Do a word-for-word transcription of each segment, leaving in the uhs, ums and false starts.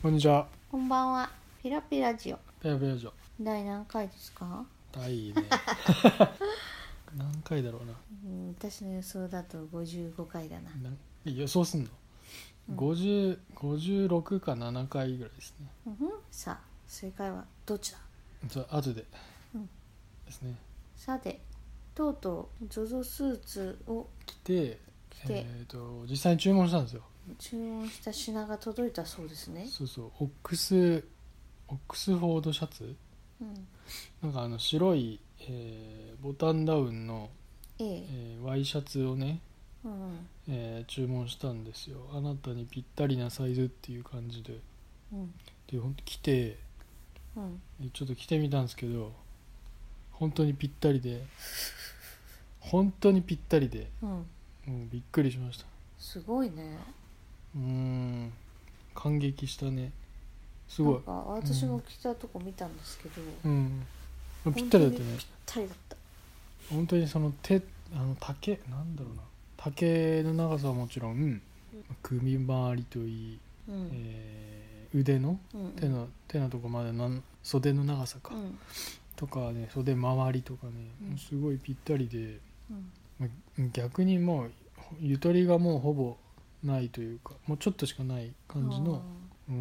こんにちは。 こんばんは。ピラピラジオペラペラジオ第何回ですか？ 第ね何回だろうな。 うん、私の予想だとごじゅうごかいだな。 なん予想すんの、 うん、 ごじゅう、ごじゅうろくかななかいぐらいですね。 うん、さあ正解はどっちだ？ じゃあ後で、 うん、 ですね。 さてとうとう ゾゾ スーツを来て来て、 えー、と実際に注文したんですよ。 注文した品が届いたそうですね。 そうそう、オックスオックスフォードシャツ、 うん、 なんかあの白い、えーボタンダウンの、 えええーワイシャツをね、 うんえー注文したんですよ。あなたにぴったりなサイズっていう感じで、 うんでほんと来て、 うんちょっと着てみたんですけど、本当にぴったりで本当にぴったりで、 うん、 もうびっくりしました。 すごいね。 うーん、感激したね。すごい。 なんか私も着たとこ見たんですけど、 うん、ぴったりだったね。 ぴったりだった。 本当にその手、あの丈、なんだろうな、丈の長さはもちろん、うん、首周りといい、 うんえー腕のうん、 手の手のとこまでの袖の長さか、 うん、 とかね、袖周りとかね、 うんすごいぴったりで、 うんま逆にもうゆとりがもうほぼないというか、もうちょっとしかない感じの、うん、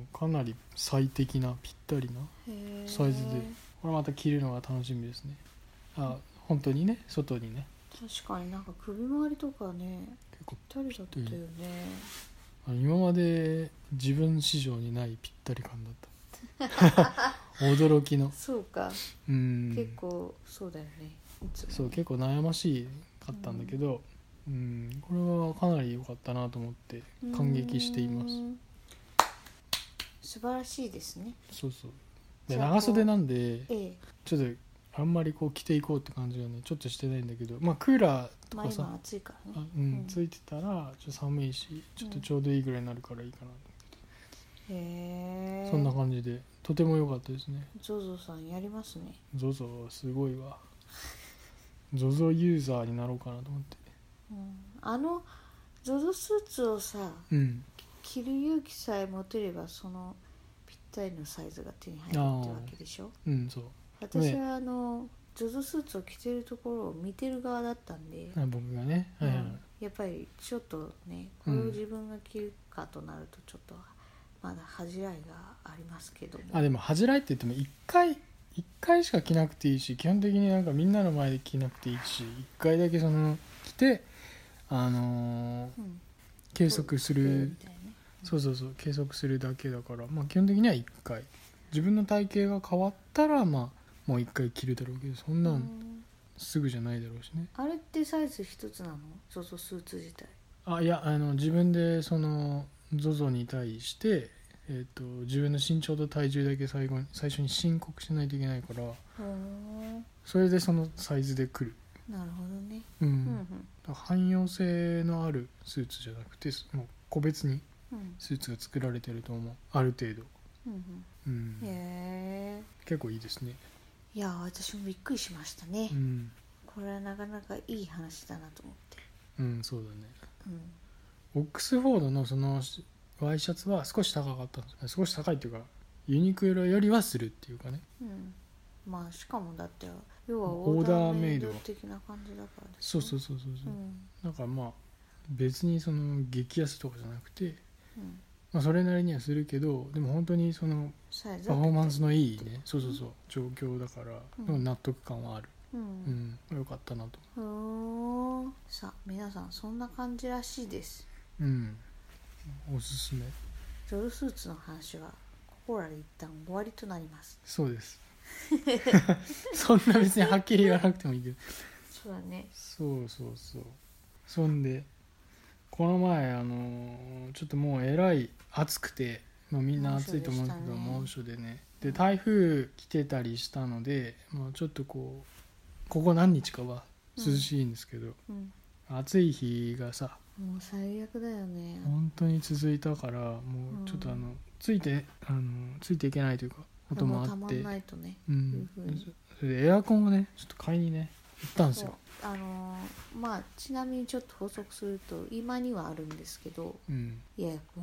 かなり最適なぴったりなサイズで、これまた着るのが楽しみですね。あ、本当にね、外にね。 確かになんか首周りとかね結構ぴったりだったよね。 あ今まで自分史上にないぴったり感だった驚きの。 そうか、 うん、 結構そうだよね。いつもねそう結構悩ましかったんだけど、うんうん、これはかなり良かったなと思って感激しています。 素晴らしいですね。 そうそう。で長袖なんで、 ええ、 ちょっとあんまりこう着ていこうって感じがねちょっとしてないんだけど、まあクーラーとまあかさ、 今暑いからね。 あ、うん、 うんついてたらちょっと寒いし、ちょっとちょうどいいぐらいになるからいいかなと、 へえ、 そんな感じでとても良かったですね。 ゾゾさんやりますね。 ゾゾすごいわ。ゾゾユーザーになろうかなと思って。 うん、あの ゾゾ スーツをさ、 うん、 着る勇気さえ持てればそのぴったりのサイズが手に入るってわけでしょ。 うん、そう。 私はあの ゾゾ スーツを着てるところを見てる側だったんで、 あ僕がね、はいはい、 うん、やっぱりちょっとねこれを自分が着るかとなるとちょっとまだ恥じらいがありますけども、 あでも恥じらいって言ってもいっかいいっかいしか着なくていいし、基本的になんかみんなの前で着なくていいし、いっかいだけその着て、あのーうん、 計測する、 みたいなね、 そうそうそう、計測するだけだから、まあ基本的にはいっかい、自分の体型が変わったらまあもういっかい着るだろうけど、そんなうんんすぐじゃないだろうしね。 あれってサイズ一つなの？ ゾゾ スーツ自体。 あいや、あの自分でその ゾゾ に対して、えー、と自分の身長と体重だけ最後に最初に申告しないといけないから、それでそのサイズで来る。 なるほどね。 うん、 うんうんだから汎用性のあるスーツじゃなくて、もう個別にうんスーツが作られてると思う、ある程度、 うんううんん、へえ。 結構いいですね。 いや私もびっくりしましたね、 うん、 これはなかなかいい話だなと思って。 うん、そうだね。 うんオックスフォードのそのワイシャツは少し高かったんです。少し高いっていうかユニクロよりはするっていうかね。 うんまあしかもだって要はオーオーダーダーメイドメイド的な感じだからですそうそうそうそうそう、 うんだからまあ別にその激安とかじゃなくて、 うんまあ、それなりにはするけど、でも本当にそのサイズパフォーマンスのいいはね、そうそうそう、状況だから、 うんでも納得感はある。 ううんん、よかったなと。 ふーんさあ皆さんそんな感じらしいです。 うん、おすすめ。 ゾロスーツの話はここらで一旦終わりとなります。 そうですそんな別にはっきり言わなくてもいいけど、 そうだね。 そうそうそう。そんでこの前あのーちょっともうえらい暑くて、まあ、みんな暑いと思うけど猛暑でね、で台風来てたりしたので、まあ、ちょっとこうここ何日かは涼しいんですけど、 うん暑い日がさもう最悪だよね。 本当に続いたから、もうちょっとあの、ついてあのついていけないというかこともあたまんって、 ないとね、 う、 いうん風にそれでエアコンをねちょっと買いにね行ったんですそうよ。 あのーまあちなみにちょっと補足すると今にはあるんですけど、 うん、 エアコン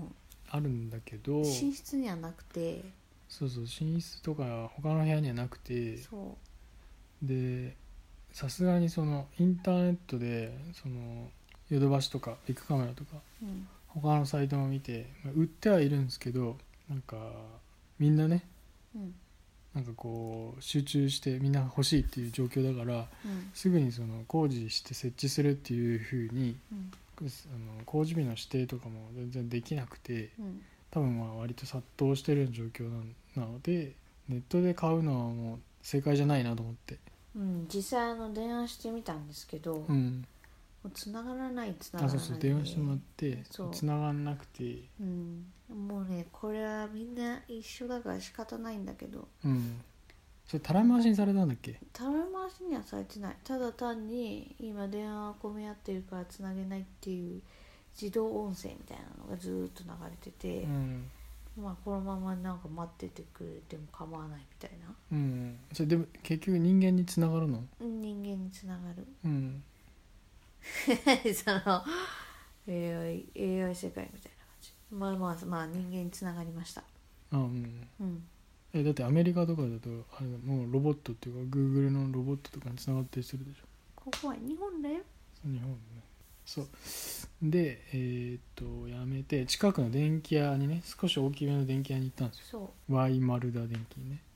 あるんだけど、 寝室にはなくて、 そうそう、寝室とか他の部屋にはなくて、 そでさすがにそのインターネットでそのヨドバシとかビッグカメラとかう、うん他のサイトも見て、まあ売ってはいるんですけど、なんかみんなね、 うんなんかこう集中してみんな欲しいっていう状況だから、 うんすぐにその工事して設置するっていう風に、 うんあの工事日の指定とかも全然できなくて、 うん多分まあ割と殺到してる状況なので、ネットで買うのはもう正解じゃないなと思って、 うん、実際あの電話してみたんですけど、 うん、 もう繋がらない繋がらないで、 あそうそう電話してもらってそう繋がんなくて、 うん、もうねこれはみんな一緒だから仕方ないんだけど、 うん、それたらい回しにされたんだっけ？ たらい回しにはされてない。ただ単に今電話混み合ってるから繋げないっていう自動音声みたいなのがずーっと流れてて、 うん、 まあこのままなんか待っててくれても構わないみたいな、 うん、それでも結局人間に繋がるの？ 人間に繋がるうん、 その エーアイ, エーアイ 世界みたいな感じ。まあまあまあ人間に繋がりました。 あ、うん、 うんえだってアメリカとかだとあれもうロボットっていうか Google のロボットとかに繋がったりするでしょ？ ここは日本だよ。 そう日本ね。そうでえーっとやめて近くの電気屋にね、少し大きめの電気屋に行ったんですよ。 そ Y 丸田電気にね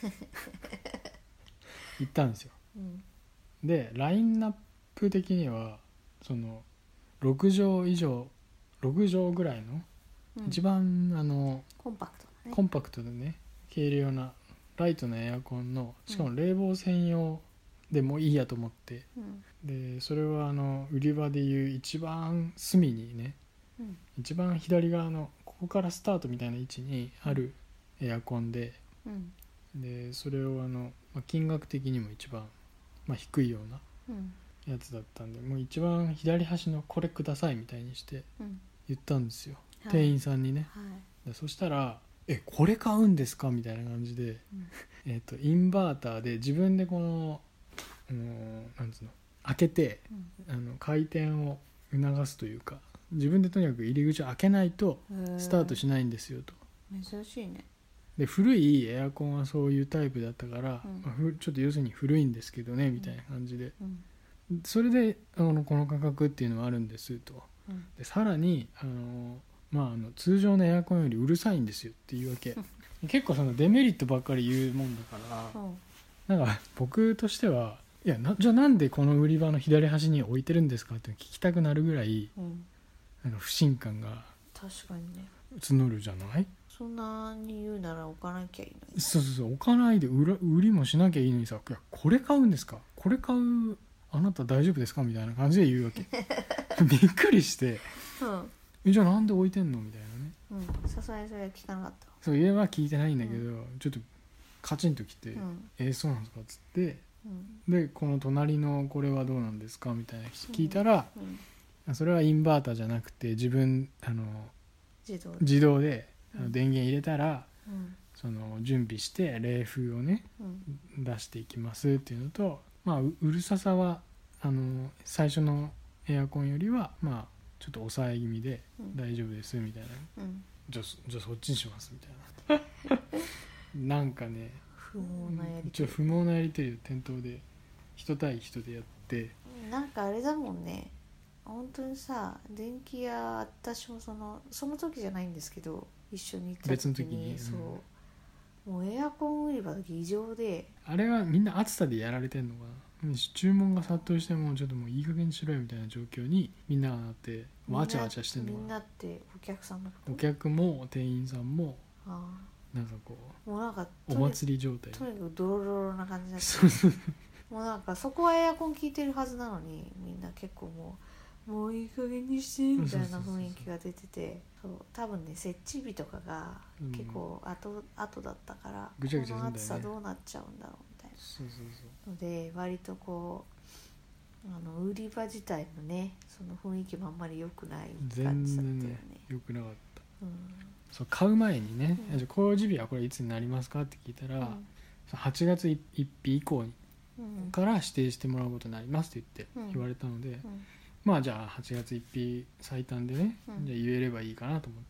行ったんですよ。 う、うんでラインナップ的にはそのろく畳以上ろく畳ぐらいの、 うん、 一番あのコンパクトだね。 コンパクトでね軽量なライトなエアコンの、しかも冷房専用でもいいやと思って、 うん、 でそれはあの売り場でいう一番隅にね、 うん、 一番左側のここからスタートみたいな位置にあるエアコンで、 うん、 でそれをあの、まあ、金額的にも一番、まあ、低いようなうん、 やつだったんで、もう一番左端のこれくださいみたいにしてうん、 言ったんですよ、 はい店員さんにね。 はいでそしたらえこれ買うんですかみたいな感じで、 うんえー、とインバーターで自分でこの、あのなんつうの開けてあの回転を促すというか、自分でとにかく入り口を開けないとうん、 スタートしないんですよと。 珍しいね。 で古いエアコンはそういうタイプだったから、 うんまあ、ふちょっと要するに古いんですけどねみたいな感じで、 うんそれであのこの価格っていうのはあるんですと。 うんでさらにあの、まあ、あの通常のエアコンよりうるさいんですよっていうわけ結構そのデメリットばっかり言うもんだから、 うんなんか僕としてはいやなじゃあなんでこの売り場の左端に置いてるんですかって聞きたくなるぐらいうんあの不信感が確かにね。 募るじゃない。 そんなに言うなら置かなきゃいいのに。 そうそうそう置かないで売ら売りもしなきゃいいのにさ、いやこれ買うんですか、これ買うあなた大丈夫ですかみたいな感じで言うわけびっくりしてうんえじゃあなんで置いてんのみたいなね。 うん、さすがにそれは聞かなかったわ。 そう言えば聞いてないんだけど、ちょっとカチンときて、 うんえー、そうなんですかっつってうんでこの隣のこれはどうなんですかみたいな聞いたら、 うん、 それはインバーターじゃなくて自分あの自動で、 自動であうんの電源入れたら、 うんその準備して冷風をねうん出していきますっていうのと、まあううるささはあの最初のエアコンよりはまあちょっと抑え気味でうん大丈夫ですみたいな、 うん、 じゃあそじゃあそっちにしますみたいななんかね不毛なやりちょと不毛なやり取りを店頭で人対人でやってり。なんかあれだもんね、本当にさ、電気屋私もそのその時じゃないんですけど一緒に行った時に別の時にそうもうエアコン売り場が異常で、 あれはみんな暑さでやられてんのかな、注文が殺到してもちょっともういい加減にしろよみたいな状況にみんながなってわちゃわちゃしてんのかな。 みんなってお客さんのことお客も店員さんもあなんかこあもうなんかうお祭り状態とにかくドロドロな感じだったそうそうもうなんかそこはエアコン効いてるはずなのにみんな結構もうもういい加減にしてみたいな雰囲気が出てて、そう多分ね設置日とかが結構後,、後だったからぐちゃぐちゃすこのんだよね暑さどうなっちゃうんだろうみたいそうそうそうなので割とこうあの売り場自体のねその雰囲気もあんまり良くない感全じだったよね然ね良くなかった。 うんそう買う前にね、 うんじゃあ工事日はこれいつになりますかって聞いたら、 うんそうはちがつついたち以降にうんから指定してもらうことになりますって言ってうん言われたので、 うんまあじゃあはちがつついたち最短でね、 うんじゃあ言えればいいかなと思って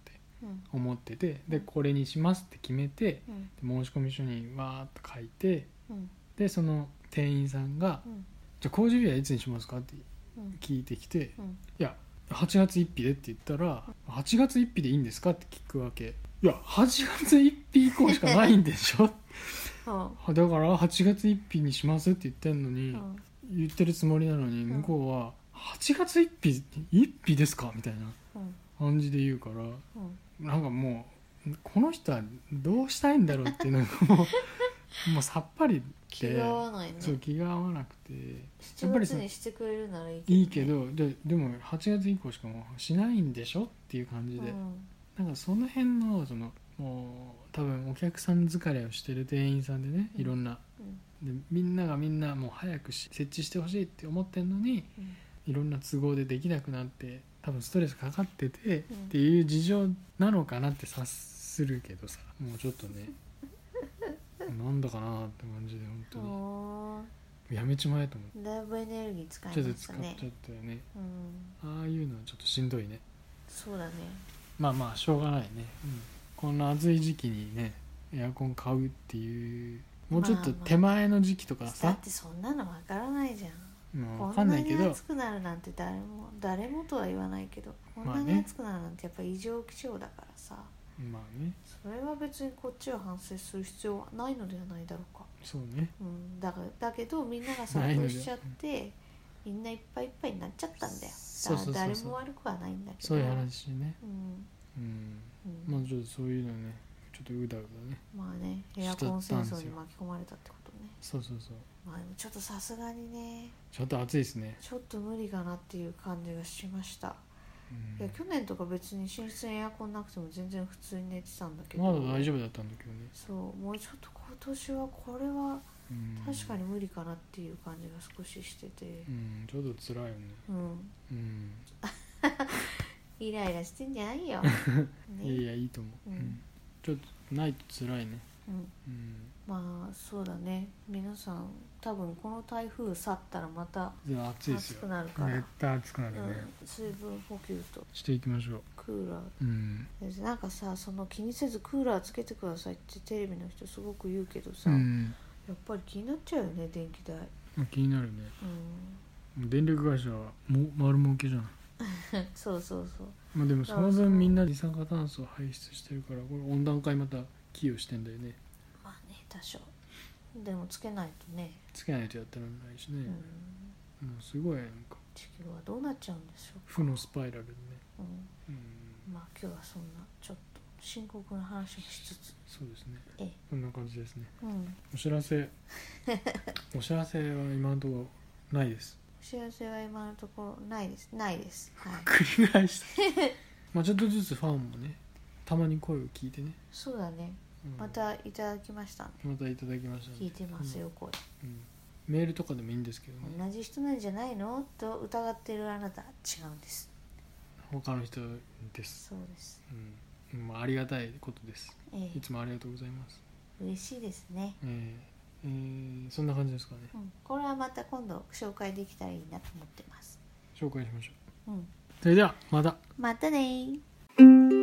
思ってて、でこれにしますって決めて、 うんで申込書にわーっと書いて、 うんでその店員さんが、 うんじゃあ工事日はいつにしますかってうん聞いてきて、 うんいやはちがつついたちでって言ったら、はちがつついたちでいいんですかって聞くわけ。いやはちがつついたち以降しかないんでしょうんだからはちがつついたちにしますって言ってんのに、 うん言ってるつもりなのに向こうははちがつついたちいっぴですかみたいなうん感じで言うから、 うんなんかもうこの人はどうしたいんだろうっていうのがもうもうさっぱり気が合わないね。 そう気が合わなくて、 しちがつにしてくれるならいいけど、ね、 いいけどででもはちがつ以降しかもうしないんでしょっていう感じで、 うんなんかその辺のそのもう多分お客さん疲れをしてる店員さんでね、いろんなうんでみんながみんなもう早くし設置してほしいって思ってんのに、 うんいろんな都合でできなくなって多分ストレスかかってて、 うんっていう事情なのかなって察するけどさ、もうちょっとねなんだかなって感じで本当におーやめちまえと思ってだいぶエネルギー使いちょっとましたね。 使っちゃったよね。 うん、 ああいうのはちょっとしんどいね。 そうだね。 まあまあしょうがないね、うん、こんな暑い時期にねエアコン買うっていうもうちょっと手前の時期とかさ、 だってそんなのわからないじゃん。 まあ、 こ分かんんなにないけど暑くなるなんて誰も誰もとは言わないけど、こんなにまあね暑くなるなんてやっぱり異常気象だからさ、 まあねそれは別にこっちを反省する必要はないのではないだろうか。 そうねうん、だからだけどみんなが殺到しちゃってみんないっぱいいっぱいになっちゃったんだよ。 そうそうそうそうだから誰も悪くはないんだけど。 そういう話ね。 うんうんうんまあちょっとそういうのねちょっとうだうだね。 まあね、エアコン戦争に巻き込まれたってことね。 そうそうそうまあでもちょっとさすがにね、 ちょっと暑いですね。 ちょっと無理かなっていう感じがしました。 うんいや去年とか別に寝室にエアコンなくても全然普通に寝てたんだけど、 まだ大丈夫だったんだけどね。 そうもうちょっと今年はこれはうん確かに無理かなっていう感じが少ししてて、 うんちょっと辛いよね。 うん、 うんイライラしてんじゃないよ、ね、 いやいやいいと思う、 うんうんちょっとないと辛いね。 うん、 うんまあそうだね。皆さん多分この台風去ったらまたでも暑いです暑よ。 くなるから、 絶対暑くなるね、 うん、水分補給としていきましょう。 クーラーうんでなんかさ、その気にせずクーラーつけてくださいってテレビの人すごく言うけどさ、 うんやっぱり気になっちゃうよね、電気代。 まあ気になるね。 うもう電力会社はも丸儲けじゃん。 んそうそうそう。 まあでもその分みんな二酸化炭素を排出してるからこれ温暖化にまた寄与してんだよね。 まあね、多少でもつけないとね、 つけないとやってらんないしね、 うん、 もうすごいなんか地球はどうなっちゃうんでしょうか。 負のスパイラルでね。 うん、 うんまあ今日はそんなちょっと深刻な話もしつつ、 そうですね。 ええ、 こんな感じですね。 うん、 お知らせお知らせは今のところないです。 お知らせは今のところないですないです、はい、 繰り返したまあちょっとずつファンもねたまに声を聞いてね、 そうだね、 うんまたいただきましたね。 またいただきましたね。 聞いてますよ、声。 うんメールとかでもいいんですけどね、 同じ人なんじゃないのと疑ってるあなた、違うんです。 他の人です、 そうです。 うんまあ、ありがたいことです。 ええ、 いつもありがとうございます。 嬉しいですね。 えーえーそんな感じですかね。 うん、これはまた今度紹介できたらいいなと思ってます。 紹介しましょう。 うん、 それではまた。 またねー。